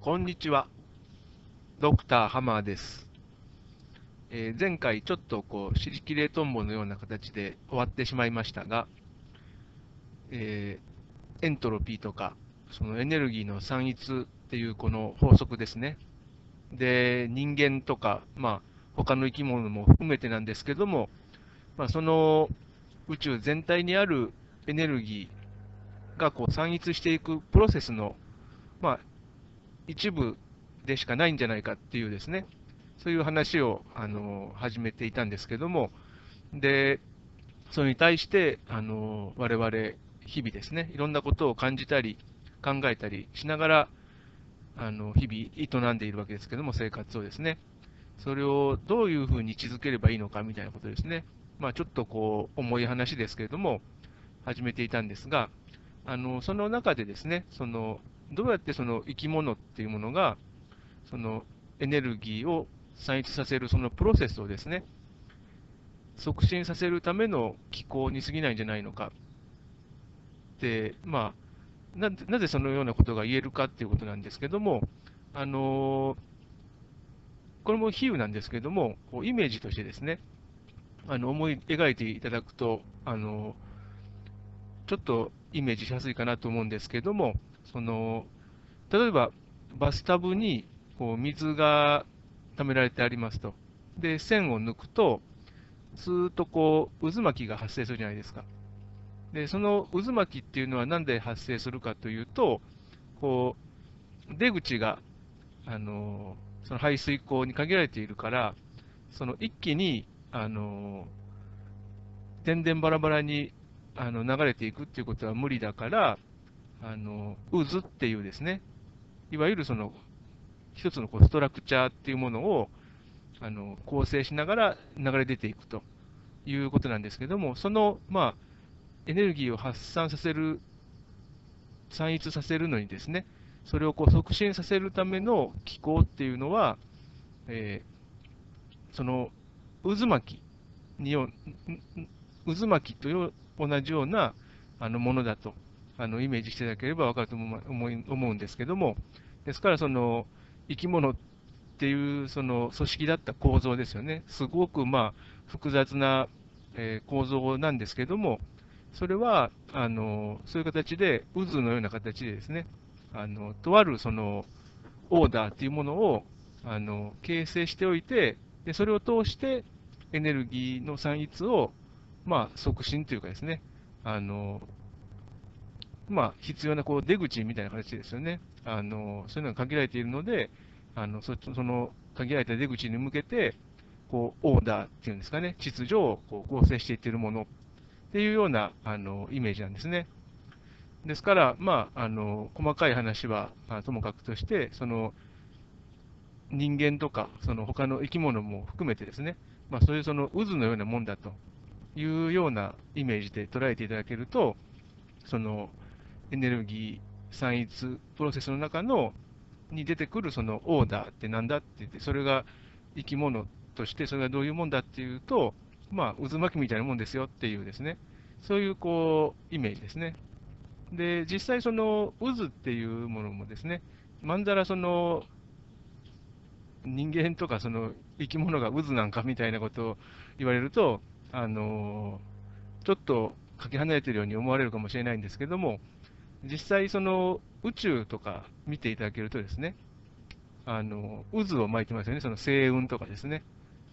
こんにちは、ドクターハマーです。前回ちょっと尻切れトンボのような形で終わってしまいましたが、えエントロピーとか、そのエネルギーの散逸っていうこの法則ですね。で、人間とか、他の生き物も含めてなんですけども、その宇宙全体にあるエネルギーが散逸していくプロセスの、まあ、一部でしかないんじゃないかっていうですね、そういう話を始めていたんですけども、で、それに対して、我々、日々ですね、いろんなことを感じたり、考えたりしながら、日々営んでいるわけですけども、生活をですね、それをどういうふうに位置づければいいのかみたいなことですね、ちょっと重い話ですけれども、始めていたんですが、その中でですね、どうやってその生き物っていうものが、そのエネルギーを散逸させるそのプロセスをですね、促進させるための機構に過ぎないんじゃないのかで、なぜそのようなことが言えるかっていうことなんですけども、あのこれも比喩なんですけども、イメージとしてですね、思い描いていただくと、ちょっとイメージしやすいかなと思うんですけども、例えばバスタブに水が溜められてありますと。で、線を抜くと、スーッと渦巻きが発生するじゃないですか。で、その渦巻きっていうのは何で発生するかというと、こ出口が、その排水口に限られているから、その一気に、全然バラバラに流れていくっていうことは無理だから、渦っていうですね、いわゆるその一つのストラクチャーっていうものを構成しながら流れ出ていくということなんですけども、エネルギーを発散させる、散逸させるのにですね、それを促進させるための機構っていうのは、えその渦巻きによ、渦巻きと同じようなものだとイメージしていただければ分かると思うんですけども、ですから、その生き物っていうその組織だった構造ですよね、すごく複雑な構造なんですけども、それはそういう形で、渦のような形でですね、とあるそのオーダーっていうものを形成しておいて、でそれを通してエネルギーの散逸を、促進というかですね、あの必要な出口みたいな形ですよね。そういうのが限られているので、その限られた出口に向けて、オーダーっていうんですかね、秩序を構成していっているものっていうようなイメージなんですね。ですから、細かい話はともかくとして、その人間とか、その他の生き物も含めてですね、そういうその渦のようなもんだというようなイメージで捉えていただけると、そのエネルギー散逸プロセスの中に出てくるそのオーダーってなんだって言って、それが生き物として、それがどういうもんだっていうと、渦巻きみたいなもんですよっていうですね、そういうイメージですね。で、実際その渦っていうものもですね、まんざらその人間とかその生き物が渦なんかみたいなことを言われると、ちょっとかけ離れているように思われるかもしれないんですけども、実際その宇宙とか見ていただけるとですね、渦を巻いてますよね、その星雲とかですね。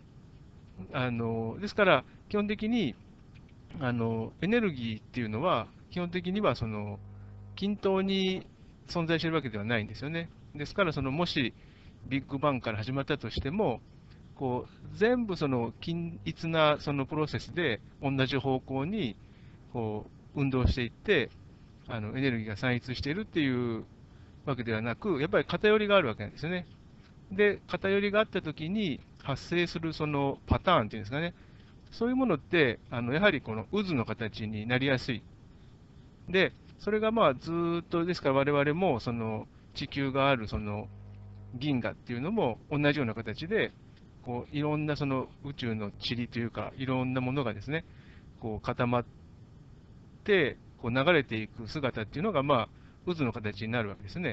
ですから、基本的にエネルギーっていうのは、基本的にはその均等に存在しているわけではないんですよね。ですから、もしビッグバンから始まったとしても、全部その均一なそのプロセスで同じ方向に運動していって、エネルギーが散逸しているっていうわけではなく、やっぱり偏りがあるわけなんですよね。で、偏りがあったときに発生するそのパターンっていうんですかね、そういうものって、やはりこの渦の形になりやすい。で、それがずーっと、ですから我々もその地球があるその銀河っていうのも同じような形で、いろんなその宇宙の塵というか、いろんなものがですね、固まって、流れていく姿っていうのが、渦の形になるわけですね。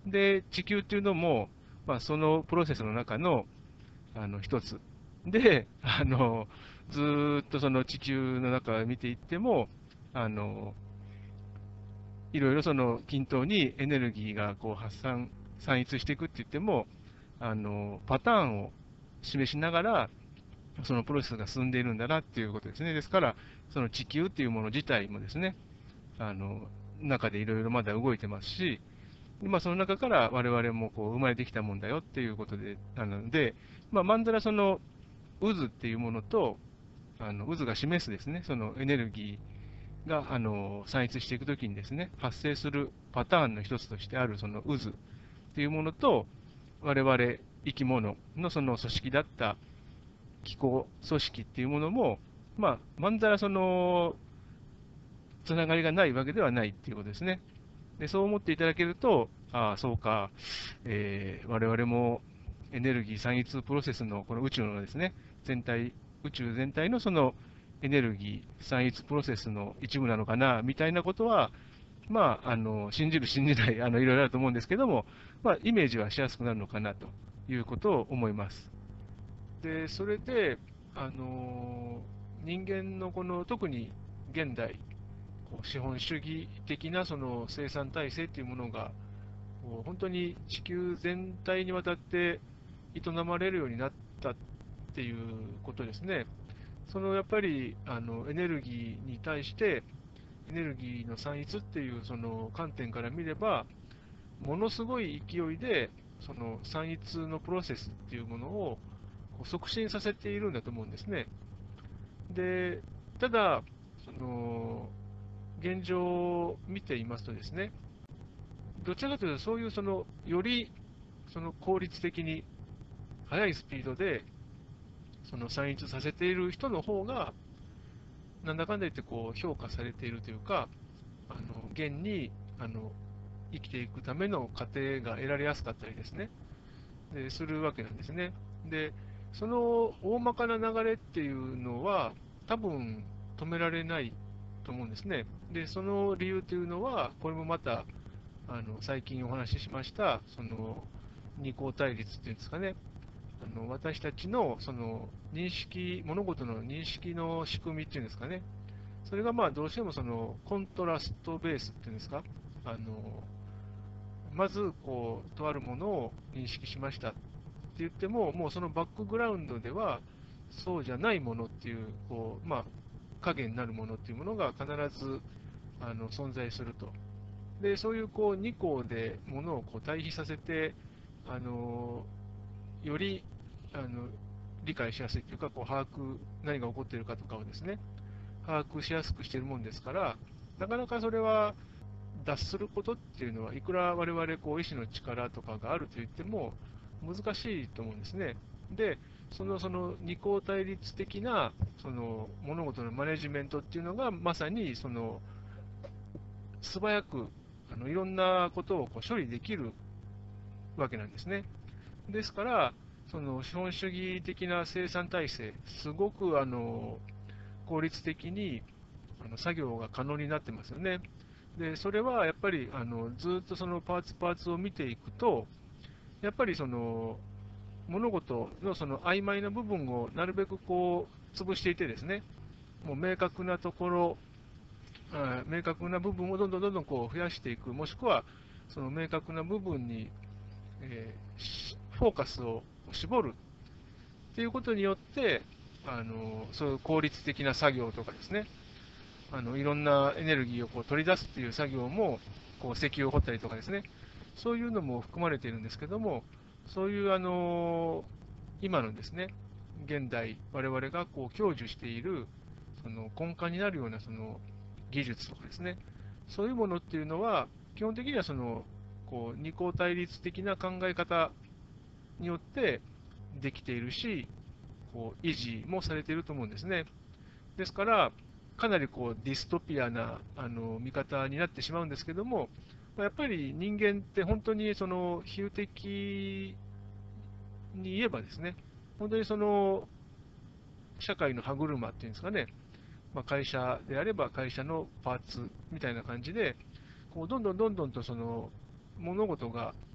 で、地球っていうのも、そのプロセスの中の一つ。で、ずーっとその地球の中を見ていっても、あの、いろいろその均等にエネルギーがこう散逸していくって言っても、パターンを示しながら、そのプロセスが進んでいるんだなっていうことですね。ですから、その地球っていうもの自体もですね、あの、中でいろいろまだ動いてますし、その中から我々もこう生まれてきたもんだよっていうことで、まんざらその渦っていうものと、渦が示すですね、そのエネルギーが散逸していくときにですね、発生するパターンの一つとしてあるその渦っていうものと、我々生き物のその組織だった気候組織っていうものも、まんざらそのつながりがないわけではないっていうことですね。で、そう思っていただけると、ああ、そうか、我々もエネルギー散逸プロセスのこの宇宙のですね、宇宙全体のそのエネルギー散逸プロセスの一部なのかな、みたいなことは、信じる、信じない、いろいろあると思うんですけども、イメージはしやすくなるのかなということを思います。で、それで、あの人間のこの、特に現代、資本主義的なその生産体制というものが、本当に地球全体にわたって営まれるようになったっていうことですね。そのやっぱりエネルギーに対して、エネルギーの散逸っていうその観点から見れば、ものすごい勢いで、その散逸のプロセスっていうものを促進させているんだと思うんですね。で、ただ、その現状を見ていますとですね、どちらかというと、そういうそのよりその効率的に速いスピードでその散逸させている人の方が、なんだかんだ言ってこう評価されているというか、現に生きていくための過程が得られやすかったりですね、するわけなんですね。で、その大まかな流れっていうのは、多分止められないと思うんですね。で、その理由というのは、これもまた最近お話ししました、その二項対立っていうんですかね、私たちのその認識、物事の認識の仕組みっていうんですかね、それがどうしてもそのコントラストベースっていうんですか、あのまずとあるものを認識しましたって言っても、もうそのバックグラウンドでは、そうじゃないものっていう、影になるものっていうものが必ず存在すると。で、そういう2項でものを対比させて、あのより理解しやすいというか、何が起こっているかとかをですね、把握しやすくしているもんですから、なかなかそれは脱することっていうのは、いくら我々意志の力とかがあると言っても難しいと思うんですね。で、その二項対立的なその物事のマネジメントっていうのが、まさにその素早くいろんなことを処理できるわけなんですね。ですから、その資本主義的な生産体制、すごく効率的に作業が可能になってますよね。で、それはやっぱりずっとそのパーツパーツを見ていくと、やっぱりその物事のその曖昧な部分をなるべく潰していてですね、もう明確なところ、明確な部分をどんどんどんどん増やしていく、もしくはその明確な部分に、フォーカスを絞るっていうことによって、そういう効率的な作業とかですね、いろんなエネルギーを取り出すっていう作業も、石油を掘ったりとかですね、そういうのも含まれているんですけども、そういう今のですね、現代、我々が享受しているその根幹になるようなその技術とかですね、そういうものっていうのは、基本的にはその二項対立的な考え方によってできているし、維持もされていると思うんですね。ですから、かなりディストピアな見方になってしまうんですけども、やっぱり人間って本当にその比喩的に言えばですね、本当にその社会の歯車っていうんですかね、会社であれば会社のパーツみたいな感じで、どんどんどんどんとその物事が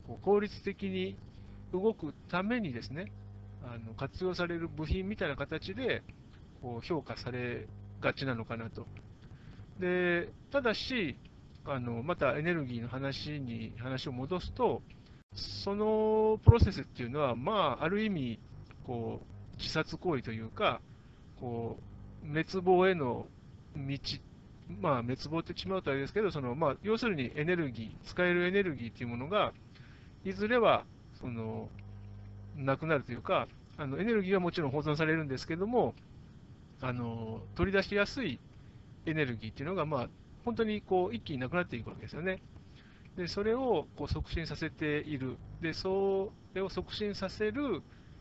こう効率的に動くためにですね、活用される部品みたいな形でこう評価されがちなのかなと。で、ただし、またエネルギーの話を戻すと、そのプロセスっていうのは、まあ、ある意味、こう、自殺行為というか、こう、滅亡への道、まあ、滅亡って言ってしまうとあれですけど、まあ、要するにエネルギー、使えるエネルギーっていうものが、いずれは、なくなるというか、エネルギーはもちろん保存されるんですけども、取り出しやすいエネルギーっていうのが、まあ、本当にこう一気になくなっていくわけですよね。で、それをこう促進させている。で、それを促進させる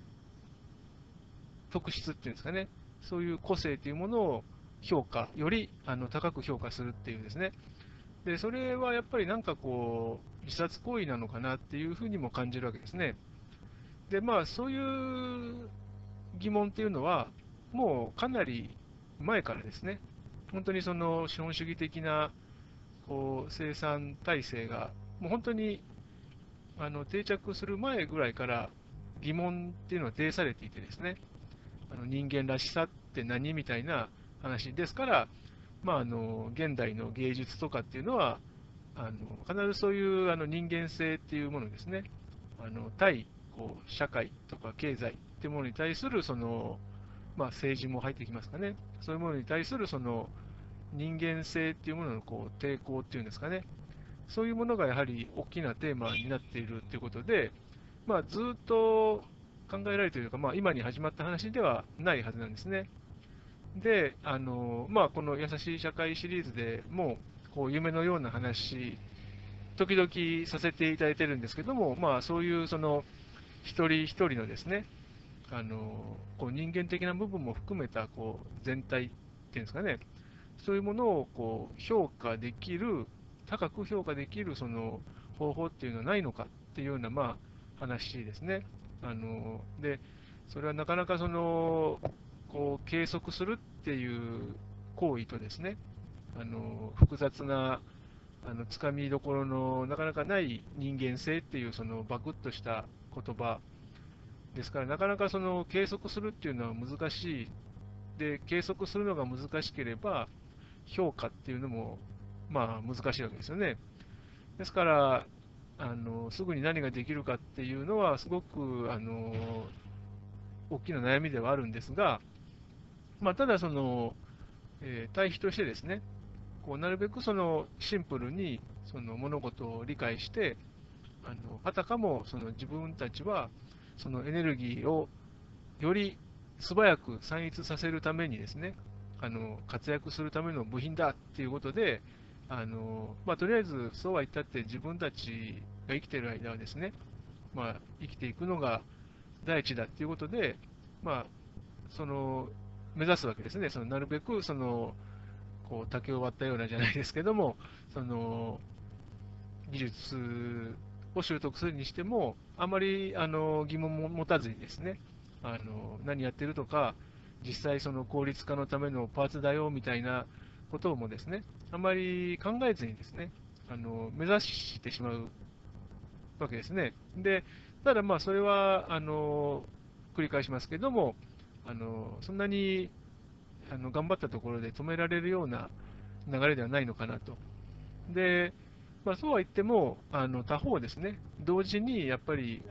特質っていうんですかね、そういう個性というものをより高く評価するっていうですね。で、それはやっぱりなんかこう、自殺行為なのかなっていうふうにも感じるわけですね。で、まあ、そういう疑問っていうのは、もうかなり前からですね、本当にその資本主義的なこう生産体制が、もう本当に定着する前ぐらいから疑問っていうのは呈されていてですね、人間らしさって何みたいな話ですから、まあ、現代の芸術とかっていうのは、必ずそういう人間性っていうものですね、対こう社会とか経済っていうものに対するまあ、政治も入ってきますかね、そういうものに対する人間性っていうもののこう抵抗っていうんですかね、そういうものがやはり大きなテーマになっているということで、まあ、ずっと考えられているというか、まあ、今に始まった話ではないはずなんですね。で、まあ、この優しい社会シリーズでも、こう夢のような話、時々させていただいてるんですけども、まあ、そういう一人一人のですね、こう人間的な部分も含めたこう全体っていうんですかね、そういうものをこう評価できる、高く評価できるその方法っていうのはないのかっていうような、まあ、話ですね。で、それはなかなかこう計測するっていう行為とですね、複雑なつかみどころのなかなかない人間性っていうそのバクッとした言葉ですから、なかなか計測するっていうのは難しい。で、計測するのが難しければ、評価っていうのも、まあ、難しいわけですよね。ですから、すぐに何ができるかっていうのは、すごく、大きな悩みではあるんですが、まあ、ただ対比としてですね、こうなるべくシンプルに物事を理解して、あたかも自分たちはそのエネルギーをより素早く散逸させるためにですね、活躍するための部品だっていうことで、まあ、とりあえずそうは言ったって自分たちが生きている間はですね、まあ、生きていくのが第一だっていうことで、まあ、目指すわけですね、なるべくこう竹を割ったようなじゃないですけども、その技術を習得するにしても、あまり疑問も持たずにですね、何やってるとか、実際効率化のためのパーツだよみたいなこともですね、あまり考えずにですね、目指してしまうわけですね。で、ただまあそれは繰り返しますけども、そんなに頑張ったところで止められるような流れではないのかなと。で、まあ、そうは言っても、他方ですね、同時にやっぱり、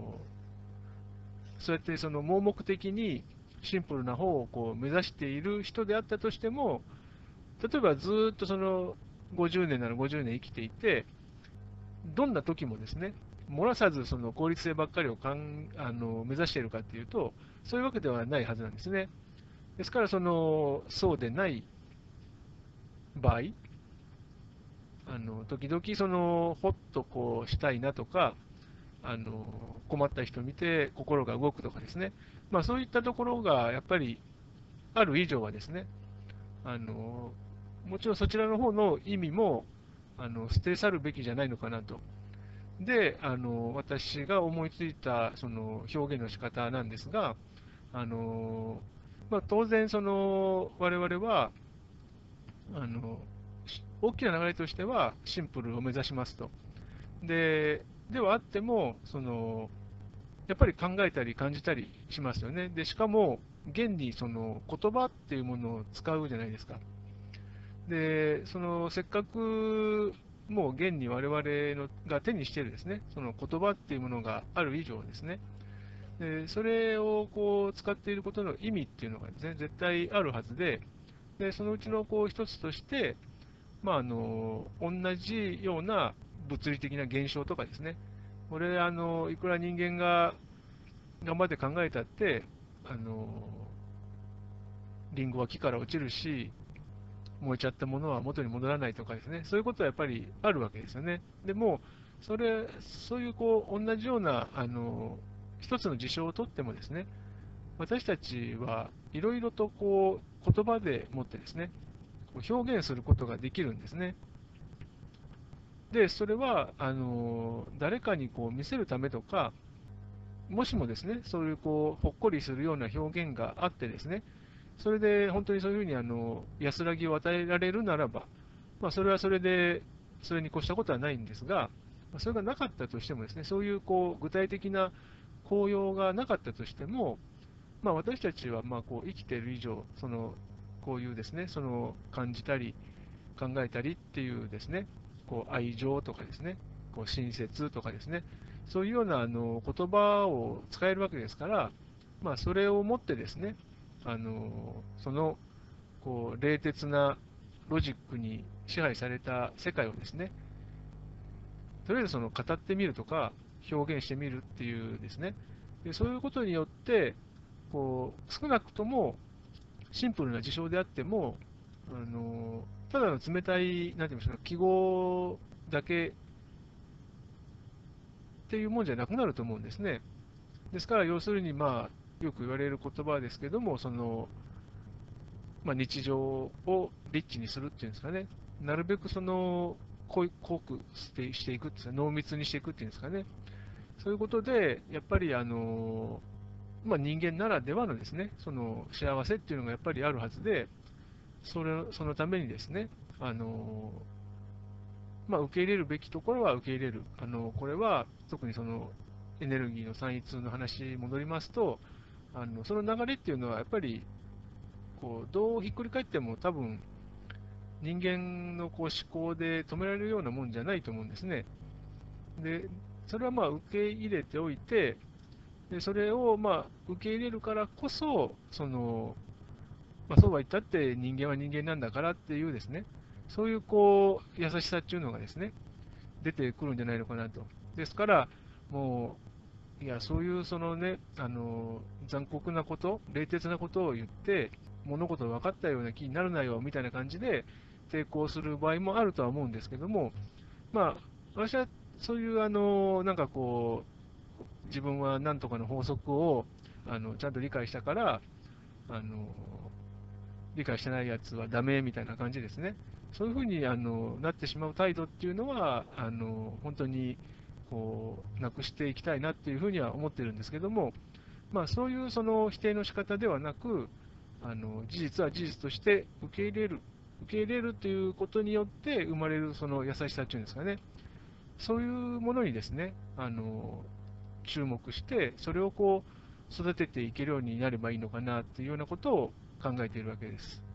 そうやって盲目的にシンプルな方をこう目指している人であったとしても、例えばずっと50年なら50年生きていて、どんな時もですね、漏らさず効率性ばっかりを目指しているかというと、そういうわけではないはずなんですね。ですからそうでない場合、時々ほっとこうしたいなとか、困った人を見て心が動くとかですね、まあ、そういったところがやっぱりある以上はですね、もちろんそちらの方の意味も捨て去るべきじゃないのかなと。で、私が思いついた表現の仕方なんですが、まあ、当然我々はあの大きな流れとしてはシンプルを目指しますと。で、 ではあっても、やっぱり考えたり感じたりしますよね。で、しかも、現にその言葉っていうものを使うじゃないですか。で、せっかくもう現に我々が手にしているですね、その言葉っていうものがある以上ですね、でそれをこう使っていることの意味っていうのがですね、絶対あるはずで、でそのうちのこう一つとして、同じような物理的な現象とかですね、これ、いくら人間が頑張って考えたって、あのリンゴは木から落ちるし、燃えちゃったものは元に戻らないとかですね、そういうことはやっぱりあるわけですよね。でも、そういうこう同じような一つの事象をとってもですね、私たちはいろいろとこう言葉でもってですね、こう表現することができるんですね。で、それは誰かにこう見せるためとか、もしもですね、そういうこうほっこりするような表現があってですね、それで本当にそういうふうに安らぎを与えられるならば、それはそれで、それに越したことはないんですが、それがなかったとしてもですね、そういうこう具体的な効用がなかったとしても、私たちはこう生きている以上、こういうですね、感じたり考えたりっていうですね、こう愛情とかですね、こう親切とかですね、そういうような言葉を使えるわけですから、それをもってですね、そのこう冷徹なロジックに支配された世界をですね、とりあえず語ってみるとか、表現してみるっていうですね、でそういうことによって、こう少なくともシンプルな事象であっても、ただの冷たい、なんて言いましょうか、記号だけっていうもんじゃなくなると思うんですね。ですから、要するに、よく言われる言葉ですけども、日常をリッチにするっていうんですかね、なるべく濃くしていくっていうか、濃密にしていくっていうんですかね、そういうことで、やっぱり人間ならではのですね、その幸せっていうのがやっぱりあるはずで、そのためにですね、受け入れるべきところは受け入れる。これは特にエネルギーの散逸の話に戻りますと、その流れっていうのはやっぱりこうどうひっくり返っても多分人間のこう思考で止められるようなもんじゃないと思うんですね。で、それは受け入れておいて、でそれを受け入れるからこそ、そうは言ったって人間は人間なんだからっていうですね、そういうこう優しさっていうのがですね、出てくるんじゃないのかなと。ですから、もう、いや、そういう残酷なこと、冷徹なことを言って、物事分かったような気になるなよみたいな感じで抵抗する場合もあるとは思うんですけども、私はそういうなんかこう、自分はなんとかの法則をちゃんと理解したから、あの理解してないやつはダメみたいな感じですね。そういうふうになってしまう態度っていうのは、本当にこうなくしていきたいなっていうふうには思ってるんですけども、そういう否定の仕方ではなく、事実は事実として受け入れるということによって生まれるその優しさっていうんですかね、そういうものにですね、注目して、それをこう育てていけるようになればいいのかなっていうようなことを考えているわけです。